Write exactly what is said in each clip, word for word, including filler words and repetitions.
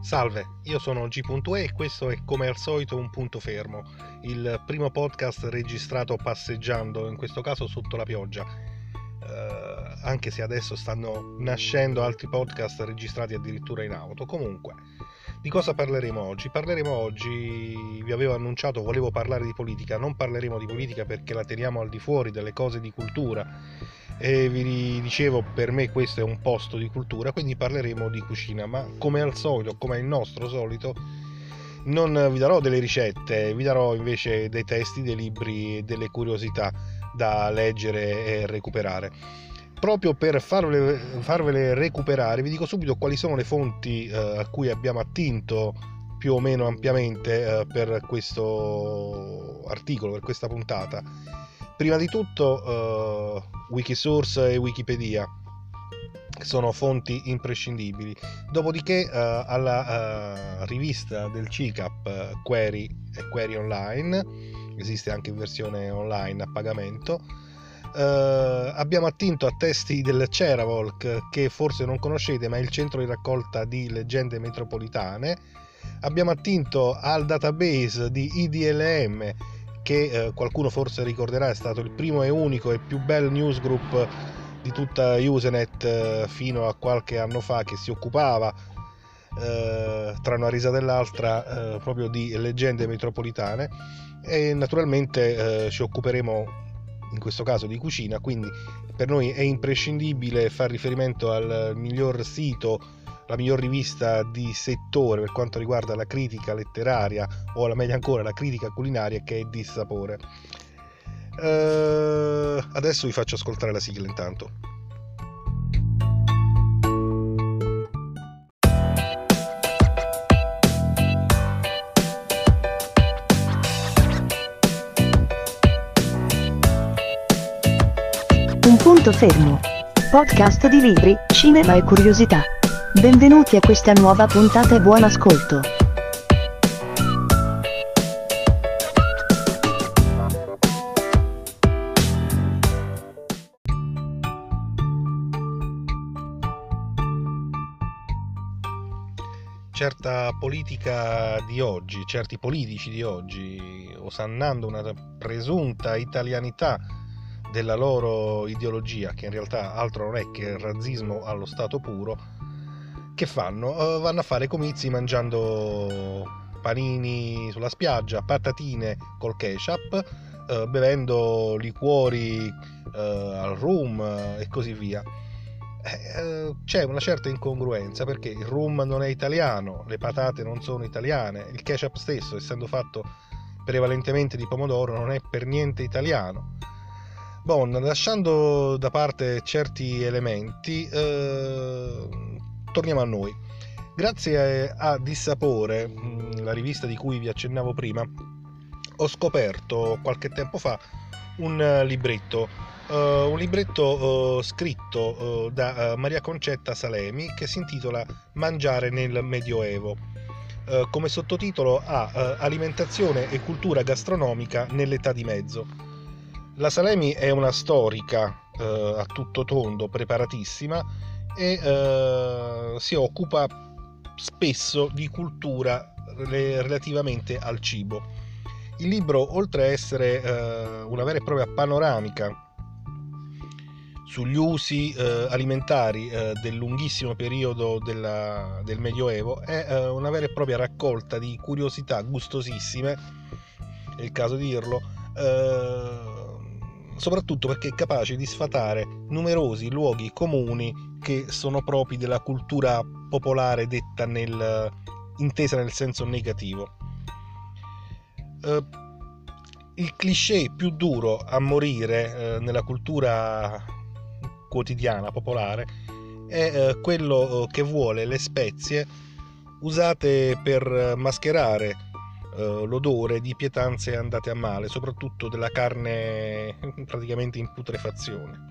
Salve, io sono G punto E e questo è come al solito un punto fermo, il primo podcast registrato passeggiando, in questo caso sotto la pioggia, eh, anche se adesso stanno nascendo altri podcast registrati addirittura in auto. Comunque, di cosa parleremo oggi? Parleremo oggi, vi avevo annunciato, volevo parlare di politica, non parleremo di politica perché la teniamo al di fuori delle cose di cultura. E vi dicevo, per me questo è un posto di cultura, quindi parleremo di cucina, ma come al solito, come è il nostro solito, non vi darò delle ricette, vi darò invece dei testi, dei libri e delle curiosità da leggere e recuperare. Proprio per farvele, farvele recuperare vi dico subito quali sono le fonti eh, a cui abbiamo attinto più o meno ampiamente eh, per questo articolo, per questa puntata. Prima di tutto uh, Wikisource e Wikipedia sono fonti imprescindibili, dopodiché uh, alla uh, rivista del C I C A P uh, Query e Query Online, esiste anche in versione online a pagamento. Uh, abbiamo attinto a testi del Ceravolc, che forse non conoscete, ma è il centro di raccolta di leggende metropolitane. Abbiamo attinto al database di I D L M, che eh, qualcuno forse ricorderà è stato il primo e unico e più bel newsgroup di tutta Usenet eh, fino a qualche anno fa, che si occupava eh, tra una risata e l'altra eh, proprio di leggende metropolitane, e naturalmente eh, ci occuperemo in questo caso di cucina, quindi per noi è imprescindibile far riferimento al miglior sito, la miglior rivista di settore per quanto riguarda la critica letteraria, o la meglio ancora la critica culinaria, che è Dissapore. Uh, adesso vi faccio ascoltare la sigla intanto. Un punto fermo. Podcast di libri, cinema e curiosità. Benvenuti a questa nuova puntata e buon ascolto. Certa politica di oggi, certi politici di oggi, osannando una presunta italianità della loro ideologia, che in realtà altro non è che il razzismo allo stato puro, che fanno? Uh, vanno a fare comizi mangiando panini sulla spiaggia, patatine col ketchup, uh, bevendo liquori uh, al rum uh, e così via. Eh, c'è una certa incongruenza, perché il rum non è italiano, le patate non sono italiane, il ketchup stesso, essendo fatto prevalentemente di pomodoro, non è per niente italiano. Bon, lasciando da parte certi elementi, eh, torniamo a noi. Grazie a Dissapore, la rivista di cui vi accennavo prima, ho scoperto qualche tempo fa un libretto, uh, un libretto uh, scritto uh, da uh, Maria Concetta Salemi, che si intitola Mangiare nel Medioevo. Uh, come sottotitolo ha uh, Alimentazione e cultura gastronomica nell'età di mezzo. La Salemi è una storica uh, a tutto tondo, preparatissima, e uh, si occupa spesso di cultura relativamente al cibo. Il libro, oltre a essere uh, una vera e propria panoramica sugli usi uh, alimentari uh, del lunghissimo periodo della, del Medioevo, è uh, una vera e propria raccolta di curiosità gustosissime, è il caso di dirlo, uh, soprattutto perché è capace di sfatare numerosi luoghi comuni che sono propri della cultura popolare detta nel, intesa nel senso negativo. Uh, il cliché più duro a morire uh, nella cultura quotidiana popolare è uh, quello uh, che vuole le spezie usate per mascherare uh, l'odore di pietanze andate a male, soprattutto della carne praticamente in putrefazione.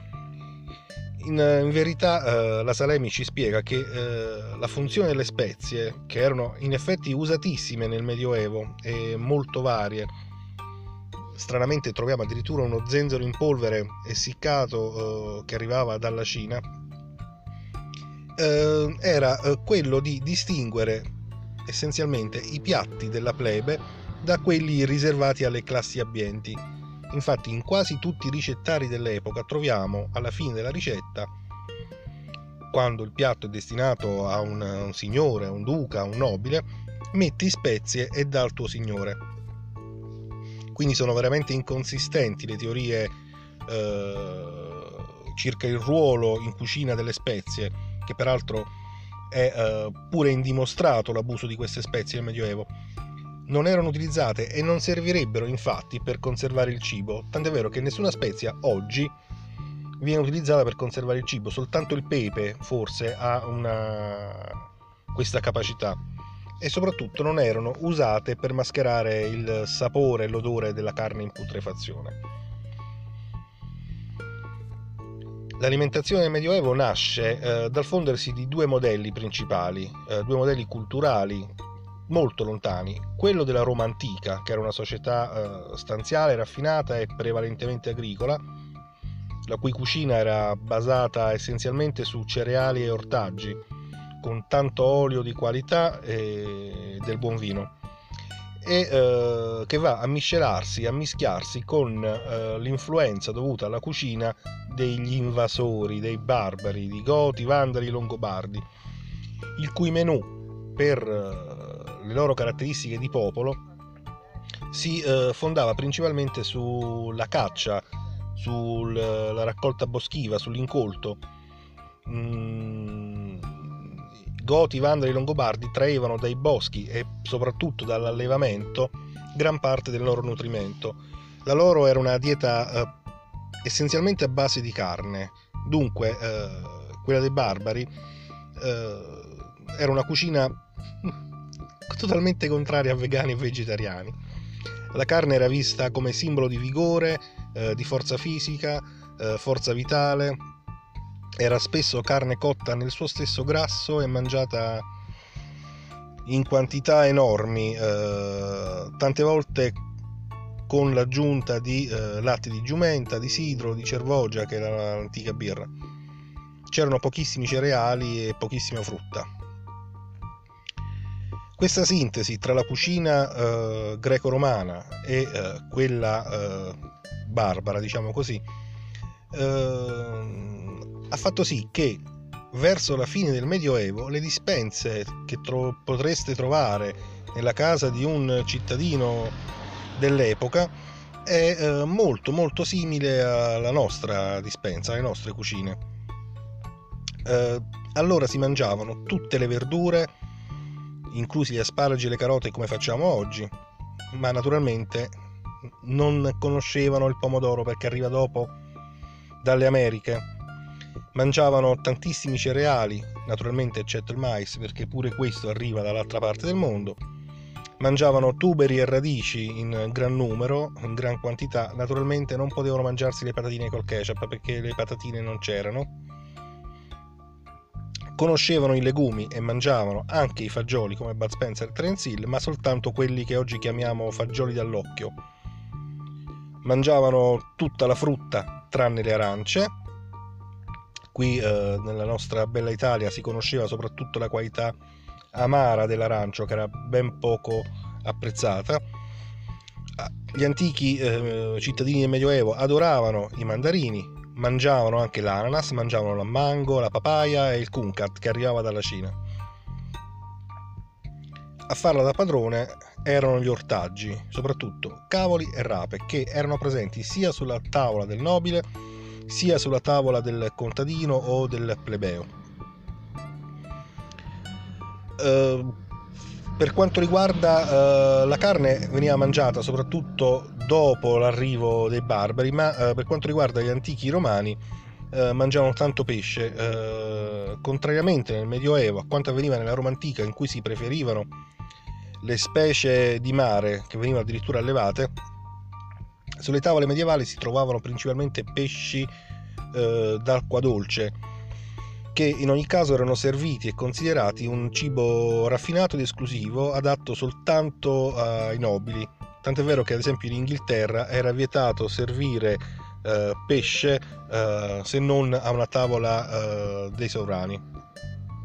In, in verità uh, la Salemi ci spiega che uh, la funzione delle spezie, che erano in effetti usatissime nel Medioevo e molto varie, stranamente troviamo addirittura uno zenzero in polvere essiccato uh, che arrivava dalla Cina, eh, era eh, quello di distinguere essenzialmente i piatti della plebe da quelli riservati alle classi abbienti. Infatti in quasi tutti i ricettari dell'epoca troviamo alla fine della ricetta, quando il piatto è destinato a un, un signore, a un duca, a un nobile, metti spezie e dà al tuo signore. Quindi sono veramente inconsistenti le teorie eh, circa il ruolo in cucina delle spezie, che peraltro è eh, pure indimostrato l'abuso di queste spezie nel Medioevo. Non erano utilizzate e non servirebbero infatti per conservare il cibo, tant'è vero che nessuna spezia oggi viene utilizzata per conservare il cibo, soltanto il pepe forse ha una... questa capacità, e soprattutto non erano usate per mascherare il sapore e l'odore della carne in putrefazione. L'alimentazione nel Medioevo nasce eh, dal fondersi di due modelli principali, eh, due modelli culturali molto lontani: quello della Roma antica, che era una società eh, stanziale, raffinata e prevalentemente agricola, la cui cucina era basata essenzialmente su cereali e ortaggi, con tanto olio di qualità e del buon vino, e eh, che va a miscelarsi, a mischiarsi con eh, l'influenza dovuta alla cucina degli invasori, dei barbari, di Goti, Vandali, Longobardi, il cui menù, per eh, le loro caratteristiche di popolo, si eh, fondava principalmente sulla caccia, sulla raccolta boschiva, sull'incolto. Mm, Goti, Vandali e Longobardi traevano dai boschi e soprattutto dall'allevamento gran parte del loro nutrimento. La loro era una dieta eh, essenzialmente a base di carne, dunque eh, quella dei barbari eh, era una cucina totalmente contraria a vegani e vegetariani. La carne era vista come simbolo di vigore, eh, di forza fisica, eh, forza vitale. Era spesso carne cotta nel suo stesso grasso e mangiata in quantità enormi, eh, tante volte con l'aggiunta di eh, latte di giumenta, di sidro, di cervogia, che era l'antica birra. C'erano pochissimi cereali e pochissima frutta. Questa sintesi tra la cucina eh, greco-romana e eh, quella eh, barbara, diciamo così, eh, ha fatto sì che verso la fine del Medioevo le dispense che tro- potreste trovare nella casa di un cittadino dell'epoca è eh, molto molto simile alla nostra dispensa, alle nostre cucine. Eh, allora si mangiavano tutte le verdure, inclusi gli asparagi e le carote come facciamo oggi, ma naturalmente non conoscevano il pomodoro perché arriva dopo dalle Americhe. Mangiavano tantissimi cereali, naturalmente eccetto il mais, perché pure questo arriva dall'altra parte del mondo. Mangiavano tuberi e radici in gran numero, in gran quantità. Naturalmente non potevano mangiarsi le patatine col ketchup perché le patatine non c'erano. Conoscevano i legumi e mangiavano anche i fagioli come Bud Spencer e Terence Hill, ma soltanto quelli che oggi chiamiamo fagioli dall'occhio. Mangiavano tutta la frutta tranne le arance. Qui eh, nella nostra bella Italia si conosceva soprattutto la qualità amara dell'arancio, che era ben poco apprezzata. Gli antichi eh, cittadini del Medioevo adoravano i mandarini, mangiavano anche l'ananas, mangiavano la mango, la papaya e il kumquat che arrivava dalla Cina. A farla da padrone erano gli ortaggi, soprattutto cavoli e rape, che erano presenti sia sulla tavola del nobile sia sulla tavola del contadino o del plebeo. Uh, per quanto riguarda uh, la carne, veniva mangiata soprattutto dopo l'arrivo dei barbari, ma uh, per quanto riguarda gli antichi romani uh, mangiavano tanto pesce. Uh, contrariamente nel Medioevo a quanto avveniva nella Roma antica, in cui si preferivano le specie di mare che venivano addirittura allevate, sulle tavole medievali si trovavano principalmente pesci eh, d'acqua dolce, che in ogni caso erano serviti e considerati un cibo raffinato ed esclusivo, adatto soltanto ai nobili. Tant'è vero che ad esempio in Inghilterra era vietato servire eh, pesce eh, se non a una tavola eh, dei sovrani.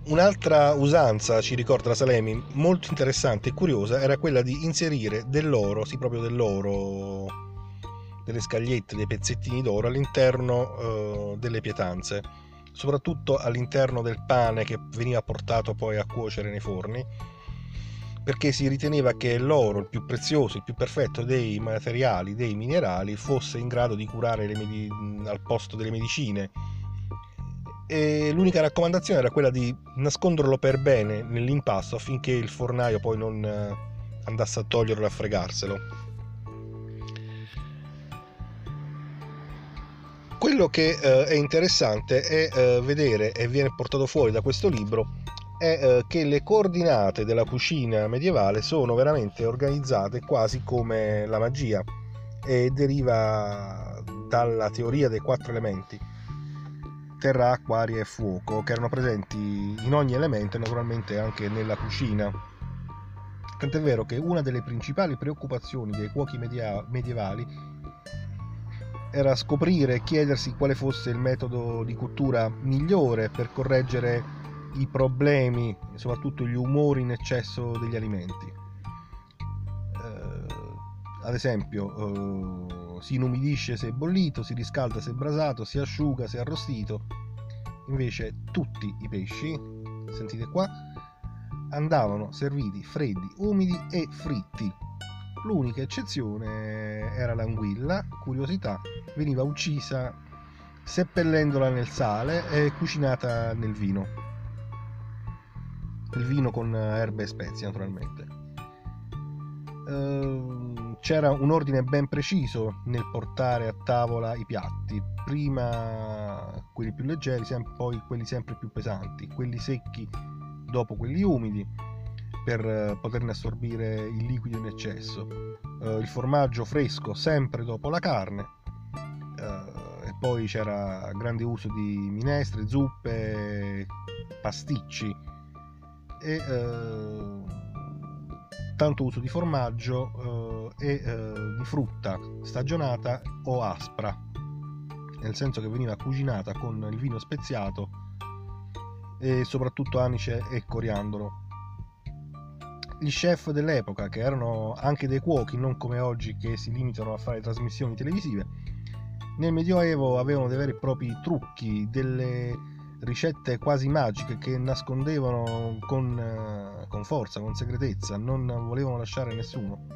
Un'altra usanza, ci ricorda Salemi, molto interessante e curiosa, era quella di inserire dell'oro, sì proprio dell'oro, delle scagliette, dei pezzettini d'oro all'interno eh, delle pietanze, soprattutto all'interno del pane che veniva portato poi a cuocere nei forni, perché si riteneva che l'oro, il più prezioso, il più perfetto dei materiali, dei minerali, fosse in grado di curare le medi- al posto delle medicine. E l'unica raccomandazione era quella di nasconderlo per bene nell'impasto affinché il fornaio poi non eh, andasse a toglierlo e a fregarselo. Quello che eh, è interessante è eh, vedere, e viene portato fuori da questo libro, è eh, che le coordinate della cucina medievale sono veramente organizzate quasi come la magia, e deriva dalla teoria dei quattro elementi: terra, acqua, aria e fuoco, che erano presenti in ogni elemento e naturalmente anche nella cucina. Tant'è vero che una delle principali preoccupazioni dei cuochi media- medievali era scoprire e chiedersi quale fosse il metodo di cottura migliore per correggere i problemi e soprattutto gli umori in eccesso degli alimenti. Eh, ad esempio, eh, si inumidisce se è bollito, si riscalda se è brasato, si asciuga se è arrostito. Invece tutti i pesci, sentite qua, andavano serviti freddi, umidi e fritti. L'unica eccezione era l'anguilla, curiosità, veniva uccisa seppellendola nel sale e cucinata nel vino. Il vino con erbe e spezie, naturalmente. Uh, c'era un ordine ben preciso nel portare a tavola i piatti: prima quelli più leggeri, poi quelli sempre più pesanti, quelli secchi dopo quelli umidi, per poterne assorbire il liquido in eccesso, uh, il formaggio fresco sempre dopo la carne, uh, e poi c'era grande uso di minestre, zuppe, pasticci e uh, tanto uso di formaggio eh, e eh, di frutta stagionata o aspra, nel senso che veniva cucinata con il vino speziato e soprattutto anice e coriandolo. Gli chef dell'epoca, che erano anche dei cuochi, non come oggi che si limitano a fare trasmissioni televisive, nel Medioevo avevano dei veri e propri trucchi, delle ricette quasi magiche che nascondevano con, eh, con forza, con segretezza, non volevano lasciare nessuno.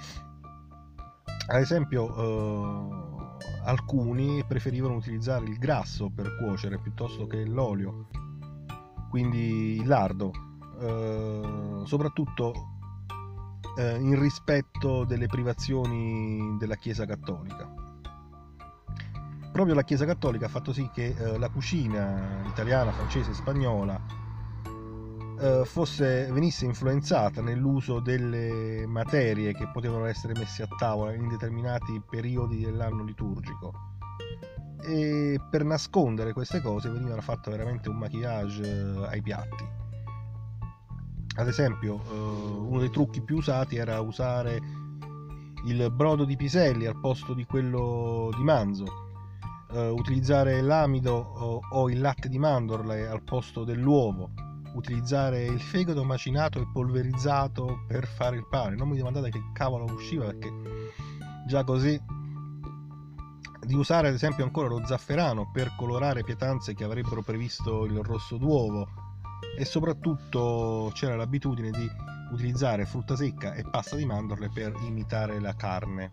Ad esempio, eh, alcuni preferivano utilizzare il grasso per cuocere piuttosto che l'olio, quindi il lardo, eh, soprattutto eh, in rispetto delle privazioni della Chiesa Cattolica. Proprio la Chiesa Cattolica ha fatto sì che eh, la cucina italiana, francese e spagnola eh, fosse, venisse influenzata nell'uso delle materie che potevano essere messe a tavola in determinati periodi dell'anno liturgico, e per nascondere queste cose veniva fatto veramente un maquillage eh, ai piatti. Ad esempio, eh, uno dei trucchi più usati era usare il brodo di piselli al posto di quello di manzo, Uh, utilizzare l'amido o, o il latte di mandorle al posto dell'uovo, utilizzare il fegato macinato e polverizzato per fare il pane. Non mi domandate che cavolo usciva, perché già così. Di usare ad esempio ancora lo zafferano per colorare pietanze che avrebbero previsto il rosso d'uovo, e soprattutto c'era l'abitudine di utilizzare frutta secca e pasta di mandorle per imitare la carne.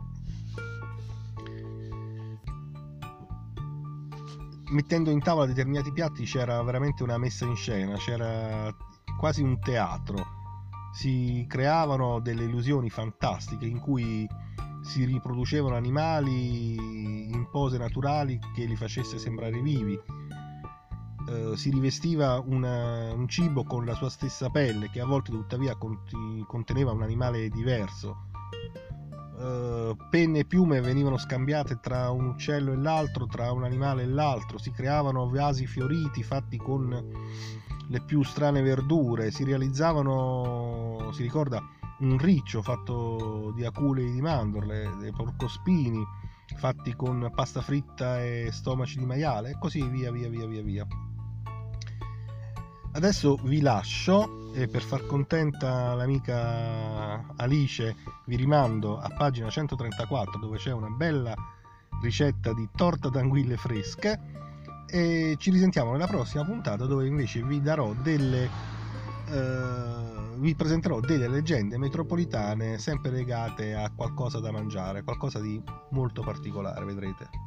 Mettendo in tavola determinati piatti c'era veramente una messa in scena, c'era quasi un teatro, si creavano delle illusioni fantastiche in cui si riproducevano animali in pose naturali che li facesse sembrare vivi, eh, si rivestiva una, un cibo con la sua stessa pelle, che a volte tuttavia conteneva un animale diverso. Uh, penne e piume venivano scambiate tra un uccello e l'altro, tra un animale e l'altro, si creavano vasi fioriti fatti con le più strane verdure, si realizzavano, si ricorda, un riccio fatto di aculi di mandorle, dei porcospini fatti con pasta fritta e stomaci di maiale, e così via via via via via. Adesso vi lascio e per far contenta l'amica Alice vi rimando a pagina centotrentaquattro, dove c'è una bella ricetta di torta d'anguille fresche, e ci risentiamo nella prossima puntata, dove invece vi darò delle eh, vi presenterò delle leggende metropolitane sempre legate a qualcosa da mangiare, qualcosa di molto particolare, vedrete.